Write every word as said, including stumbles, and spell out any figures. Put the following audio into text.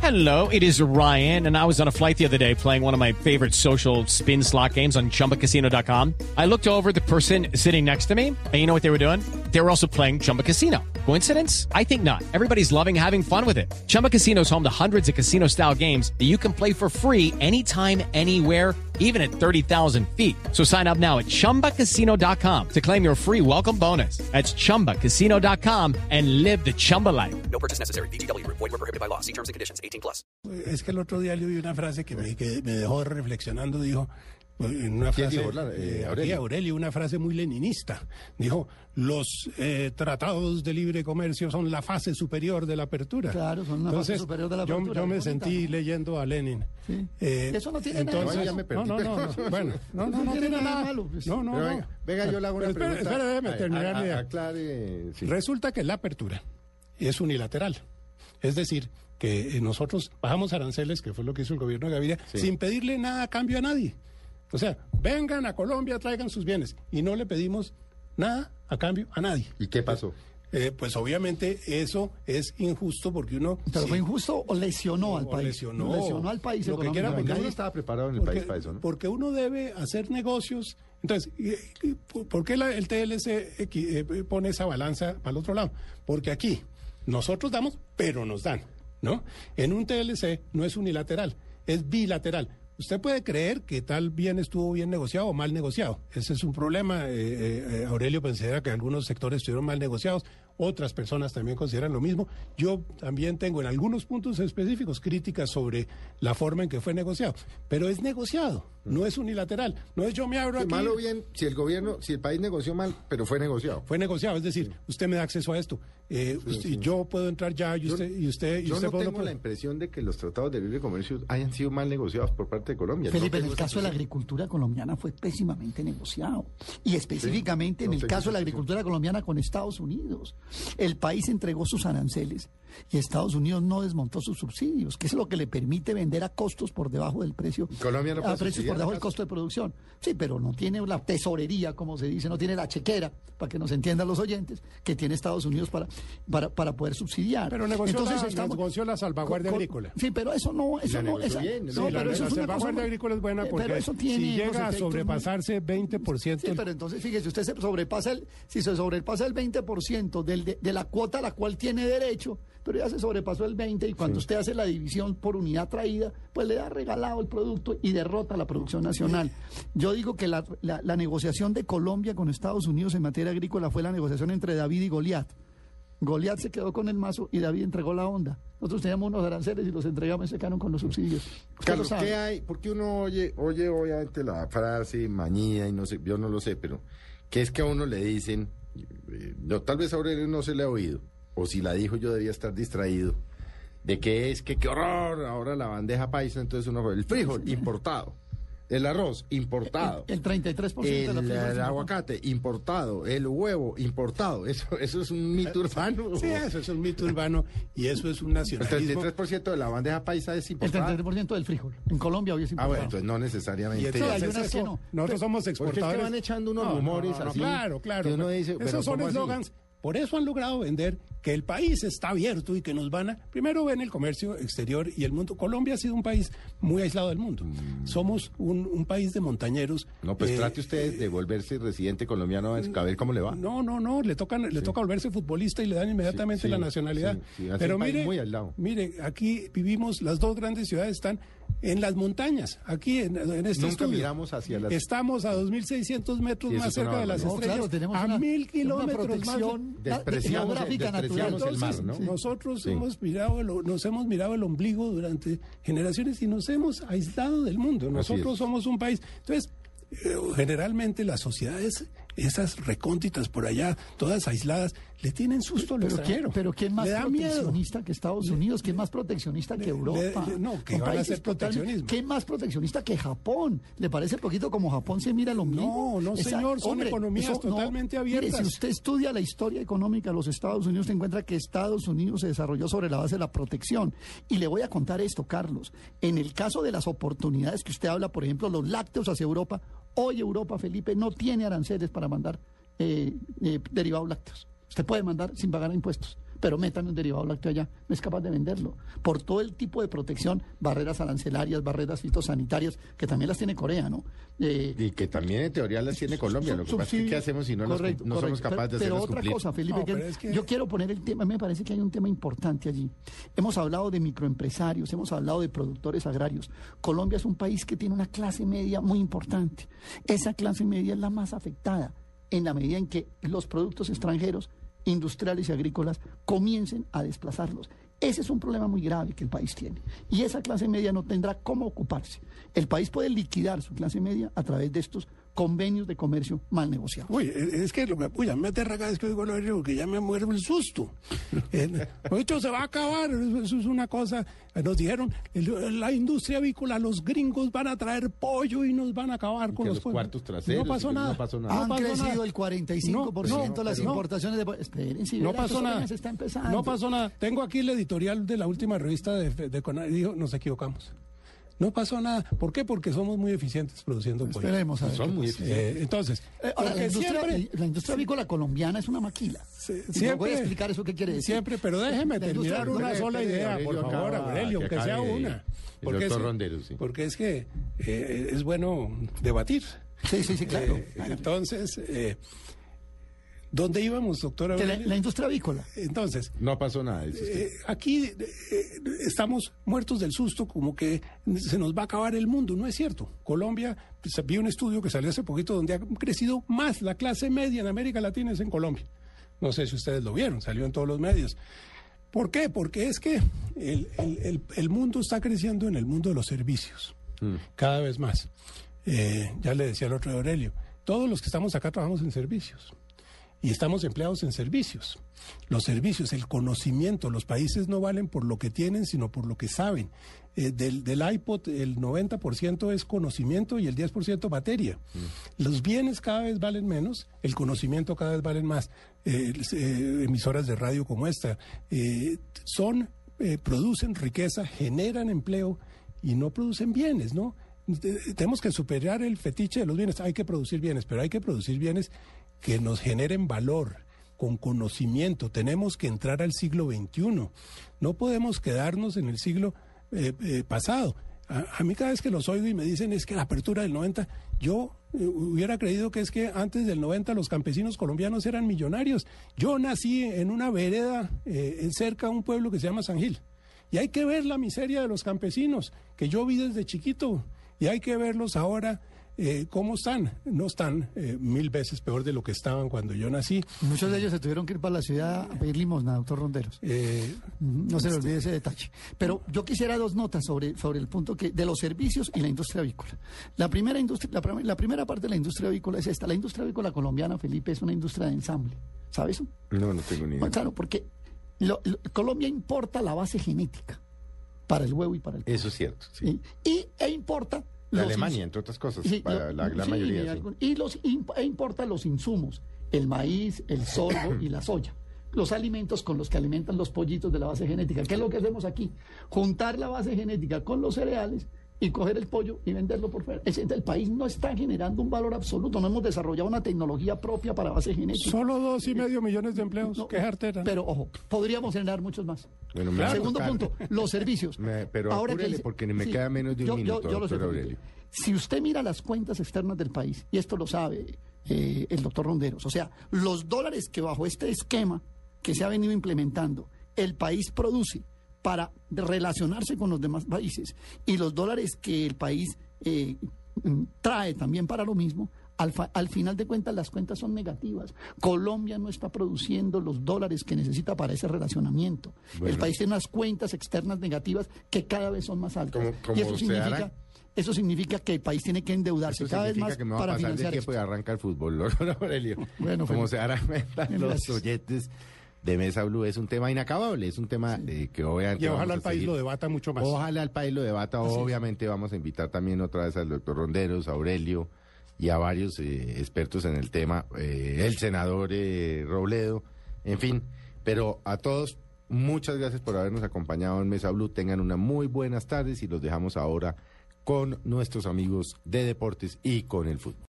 Hello, it is Ryan, and I was on a flight the other day playing one of my favorite social spin slot games on Chumba Casino dot com. I looked over at the person sitting next to me, and you know what they were doing? They were also playing Chumba Casino. Coincidence? I think not. Everybody's loving having fun with it. Chumba Casino is home to hundreds of casino-style games that you can play for free anytime, anywhere, even at thirty thousand feet. So sign up now at Chumba Casino dot com to claim your free welcome bonus. That's Chumba Casino dot com and live the Chumba life. No purchase necessary. V G W. Void where prohibited by law. See terms and conditions. eighteen plus. Es que el otro día le oí una frase que me, que me dejó reflexionando. Dijo, en una frase, dijo, eh, Aurelio? Aurelio, una frase muy leninista. Dijo, los eh, tratados de libre comercio son la fase superior de la apertura. Claro, son la entonces, fase superior de la yo, apertura. Yo me sentí leyendo a Lenin. Sí. Eh, Eso no tiene entonces, nada no, ya me perdí, no, no, no, no, bueno, no, no, no, tiene nada malo. Pues. No, no, Pero no. venga, venga, yo le hago una Pero espera, pregunta. espera, déjeme A- terminar a- mi idea. aclare, sí. Resulta que la apertura es unilateral. Es decir, que eh, nosotros bajamos aranceles, que fue lo que hizo el gobierno de Gaviria, Sí. sin pedirle nada a cambio a nadie. O sea, vengan a Colombia, traigan sus bienes. Y no le pedimos nada a cambio a nadie. ¿Y qué pasó? Eh, pues obviamente eso es injusto porque uno... ¿Pero sí, fue injusto o lesionó al o país? lesionó. Lesionó al país Lo que quiera, económicamente. porque Nadie uno- estaba preparado en el porque, país para eso, ¿no? porque uno debe hacer negocios. Entonces, ¿y- y ¿por qué la- el T L C equi- eh, pone esa balanza para el otro lado? Porque aquí nosotros damos, pero nos dan, ¿no? En un T L C no es unilateral, es bilateral. Usted puede creer que tal bien estuvo bien negociado o mal negociado. Ese es un problema. Eh, eh, Aurelio considera que algunos sectores estuvieron mal negociados, otras personas también consideran lo mismo. Yo también tengo en algunos puntos específicos críticas sobre la forma en que fue negociado, pero es negociado, no es unilateral. No es yo me abro Sí, aquí. mal o bien, si el gobierno, si el país negoció mal, pero fue negociado. Fue negociado, es decir, usted me da acceso a esto. Eh, usted- sí. Yo puedo entrar ya y Yo- usted... Y usted, y Yo usted no puede- tengo la impresión de que los tratados de libre comercio hayan sido mal negociados por parte de Colombia. Felipe, No en tengo el esa caso de la impresión. agricultura colombiana fue pésimamente negociado. Y específicamente Sí, no en el tengo caso de la esa agricultura colombiana con Estados Unidos. El país entregó sus aranceles y Estados Unidos no desmontó sus subsidios, que es lo que le permite vender a costos por debajo del precio. Colombia no puede a precios subsidiar por debajo del acaso. costo de producción. Sí, pero no tiene la tesorería, como se dice, no tiene la chequera, para que nos entiendan los oyentes, que tiene Estados Unidos para, para, para poder subsidiar. Pero negoció, Entonces la, estamos- negoció la salvaguardia con- con- agrícola. Sí, pero eso no, eso la no, negoció esa- bien, no, sí, Sí, la, pero eso la es una cosa salvaguardia muy- agrícola es buena eh, porque pero eso tiene si unos llega a efectos muy- sobrepasarse veinte por ciento... Sí, pero entonces fíjese, usted se sobrepasa el, si se sobrepasa el veinte por ciento del, de, de la cuota a la cual tiene derecho, pero ya se sobrepasó el veinte y cuando usted hace la división por unidad traída, pues le da regalado el producto y derrota la producción nacional. Yo digo que la, la, la negociación de Colombia con Estados Unidos en materia agrícola fue la negociación entre David y Goliat. Goliat se quedó con el mazo y David entregó la onda. Nosotros teníamos unos aranceles y los entregamos y se quedaron con los subsidios. Usted lo Carlos, sabe. ¿qué hay? Porque uno oye, oye obviamente la frase mañida y no sé, yo no lo sé, pero que es que a uno le dicen, eh, no, tal vez a Aurelio no se le ha oído, o si la dijo yo debía estar distraído, de que es que qué horror, ahora la bandeja paisa, entonces uno, el frijol importado, el arroz importado. El, el treinta y tres por ciento de la El, frijoles el importados. aguacate importado, el huevo importado, eso, eso es un mito urbano. Sí, eso es un mito urbano y eso es un El nacionalismo. treinta y tres por ciento de la bandeja paisa es El importada. treinta y tres por ciento del frijol. En Colombia hoy es Ah, importado. bueno, entonces no Y necesariamente. entonces hay unas eso- que no. Nosotros somos Porque es que exportadores. van echando unos No, no, rumores no, no, así, Claro, claro. que uno dice, pero Esos son ¿cómo así? eslogans. Por eso han logrado vender que el país está abierto y que nos van a... Primero ven el comercio exterior y el mundo. Colombia ha sido un país muy aislado del mundo. Somos un, un país de montañeros. No, pues eh, trate usted de volverse residente colombiano a ver cómo le va. No, no, no, le tocan, le toca volverse futbolista y le dan inmediatamente Sí, sí, la nacionalidad. sí, sí, hace Pero un país mire, muy al lado. mire, aquí vivimos, las dos grandes ciudades están en las montañas, aquí en, en este Nunca estudio. miramos hacia las... Estamos a dos mil seiscientos metros Sí, eso más es una cerca de las barbaridad. No, estrellas, claro, tenemos a una, mil una kilómetros protección más. Despreciamos- geográfica despreciamos natural. el mar, Entonces, ¿no? nosotros Sí. hemos mirado el, nos hemos mirado el ombligo durante generaciones y nos hemos aislado del mundo. Nosotros es. somos un país. Entonces, eh, generalmente las sociedades, esas recónditas por allá, todas aisladas, le tienen susto al Pero extranjero. ¿quién, pero ¿quién más Le da miedo. proteccionista que Estados Unidos? ¿Quién más proteccionista que le- Europa? le- no, que Son van a países hacer proteccionismo. totalmente- ¿Quién más proteccionista que Japón? ¿Le parece poquito como Japón se mira el ombligo? No, no, señor, son economías eso no. totalmente Mire, abiertas. si usted estudia la historia económica de los Estados Unidos, se encuentra que Estados Unidos se desarrolló sobre la base de la protección. Y le voy a contar esto, Carlos. En el caso de las oportunidades que usted habla, por ejemplo, los lácteos hacia Europa, hoy Europa, Felipe, no tiene aranceles para mandar eh, eh, derivados lácteos. Usted puede mandar sin pagar impuestos. pero métame un derivado lácteo allá, no es capaz de venderlo. Por todo el tipo de protección, barreras arancelarias, barreras fitosanitarias, que también las tiene Corea, ¿no? Eh, y que también en teoría las tiene Colombia. Lo que pasa es que ¿qué hacemos si no, correcto, las, no somos correcto. capaces de pero, hacerlas pero cumplir? otra cosa, Felipe, No, que pero es que- yo quiero poner el tema, me parece que hay un tema importante allí. Hemos hablado de microempresarios, hemos hablado de productores agrarios. Colombia es un país que tiene una clase media muy importante. Esa clase media es la más afectada en la medida en que los productos extranjeros, industriales y agrícolas, comiencen a desplazarlos. Ese es un problema muy grave que el país tiene. Y esa clase media no tendrá cómo ocuparse. El país puede liquidar su clase media a través de estos convenios de comercio mal negociados. Uy, es es que lo que uy, a mí me aterra cada vez que oigo lo de Río, que ya me muero el susto. Eh, Esto se va a acabar, eso es una cosa. eh, Nos dijeron, el- la industria avícola, los gringos van a traer pollo y nos van a acabar Y con que los, los pollos. cuartos traseros, No pasó y que no nada. pasó nada. No Han pasó crecido nada. el cuarenta y cinco por ciento No, las no, importaciones de... Esperen, si No verá que pasó eso nada. apenas está empezando. No pasó nada. Tengo aquí el editorial de la última revista de, de Conar y dijo, nos equivocamos. No pasó nada. ¿Por qué? Porque somos muy eficientes produciendo pollo. Esperemos a ver. Son qué muy pasa. eficientes. Eh, entonces, Eh, ahora, la porque industria, siempre, la industria avícola colombiana es una maquila. Sí, Y no siempre- voy a explicar eso qué quiere decir. siempre, pero déjeme La industria terminar una avícola- sola idea, por Aurelio, favor, acaba, Aurelio, que aunque sea acabe una. el Porque doctor es, Ronderos, sí. porque es que eh, es bueno debatir. Sí, sí, sí, claro. Eh, entonces, eh, ¿dónde íbamos, doctora Que la, Aurelio? la industria avícola. Entonces, No pasó nada. Dice usted. eh, aquí eh, estamos muertos del susto, como que se nos va a acabar el mundo. No es cierto. Colombia, pues, vi un estudio que salió hace poquito donde ha crecido más la clase media en América Latina es en Colombia. No sé si ustedes lo vieron, salió en todos los medios. ¿Por qué? Porque es que el, el- el- el mundo está creciendo en el mundo de los servicios, cada vez más. Eh, ya le decía el otro de Aurelio, todos los que estamos acá trabajamos en servicios. Y estamos empleados en servicios. Los servicios, el conocimiento, los países no valen por lo que tienen, sino por lo que saben. Eh, del, del iPod, el noventa por ciento es conocimiento y el diez por ciento materia. Los bienes cada vez valen menos, el conocimiento cada vez valen más. Eh, eh, emisoras de radio como esta eh, son, eh, producen riqueza, generan empleo y no producen bienes, ¿no? Eh, Tenemos que superar el fetiche de los bienes. Hay que producir bienes, pero hay que producir bienes que nos generen valor, con conocimiento. Tenemos que entrar al siglo veintiuno. No podemos quedarnos en el siglo eh, eh, pasado. A, a mí cada vez que los oigo y me dicen es que la apertura del noventa, yo eh, hubiera creído que es que antes del noventa los campesinos colombianos eran millonarios. Yo nací en una vereda eh, cerca de un pueblo que se llama San Gil. Y hay que ver la miseria de los campesinos, que yo vi desde chiquito. Y hay que verlos ahora. Eh, ¿Cómo están? No están eh, mil veces peor de lo que estaban cuando yo nací. Muchos de ellos se tuvieron que ir para la ciudad a pedir limosna, doctor Ronderos. Eh, No se le olvide ese detalle. Pero yo quisiera dos notas sobre, sobre el punto que de los servicios y la industria avícola. La primera, industria, la, prim- la primera parte de la industria avícola es esta. La industria avícola colombiana, Felipe, es una industria de ensamble. ¿Sabe eso? No, no tengo ni idea. Bueno, claro, porque lo- lo- Colombia importa la base genética para el huevo y para el pollo. Eso es cierto. Sí. Y, y- e importa... De los Alemania, ins- entre otras cosas, Sí, para lo- la gran sí, mayoría. y, sí. algún- y los imp- e importa los insumos, el maíz, el sorgo y la soya. Los alimentos con los que alimentan los pollitos de la base genética. ¿Qué es lo que hacemos aquí? Juntar la base genética con los cereales y coger el pollo y venderlo por fuera. Es decir, el país no está generando un valor absoluto. No hemos desarrollado una tecnología propia para base genética. solo dos y medio millones de empleos. No, Qué jartera. Pero, ojo, podríamos generar muchos más. Bueno, me va a Segundo tocar. punto, los servicios. Me- pero Ahora apúrele, el- porque me sí, queda menos de un yo- yo- minuto, yo lo sé, doctor Felipe. Aurelio. Si usted mira las cuentas externas del país, y esto lo sabe eh, el doctor Ronderos, o sea, los dólares que bajo este esquema que se ha venido implementando, el país produce para relacionarse con los demás países, y los dólares que el país eh, mm, trae también para lo mismo, al, fa- al final de cuentas las cuentas son negativas. Colombia no está produciendo los dólares que necesita para ese relacionamiento. Bueno. El país tiene unas cuentas externas negativas que cada vez son más altas. ¿Cómo- cómo y eso se significa, hará? eso significa que el país tiene que endeudarse Eso cada vez significa más que me va a para pasar de financiar tiempo y esto. arranca el fútbol, doctor Aurelio. Bueno, Como Felipe. se darán cuenta los Gracias. oyentes de Mesa Blue, es un tema inacabable, es un tema eh, que obviamente Y vamos ojalá a el país seguir. lo debata mucho más. Ojalá el país lo debata. Obviamente vamos a invitar también otra vez al doctor Ronderos, a Aurelio y a varios eh, expertos en el tema, eh, el senador eh, Robledo, en fin. Pero a todos, muchas gracias por habernos acompañado en Mesa Blue. Tengan unas muy buenas tardes y los dejamos ahora con nuestros amigos de deportes y con el fútbol.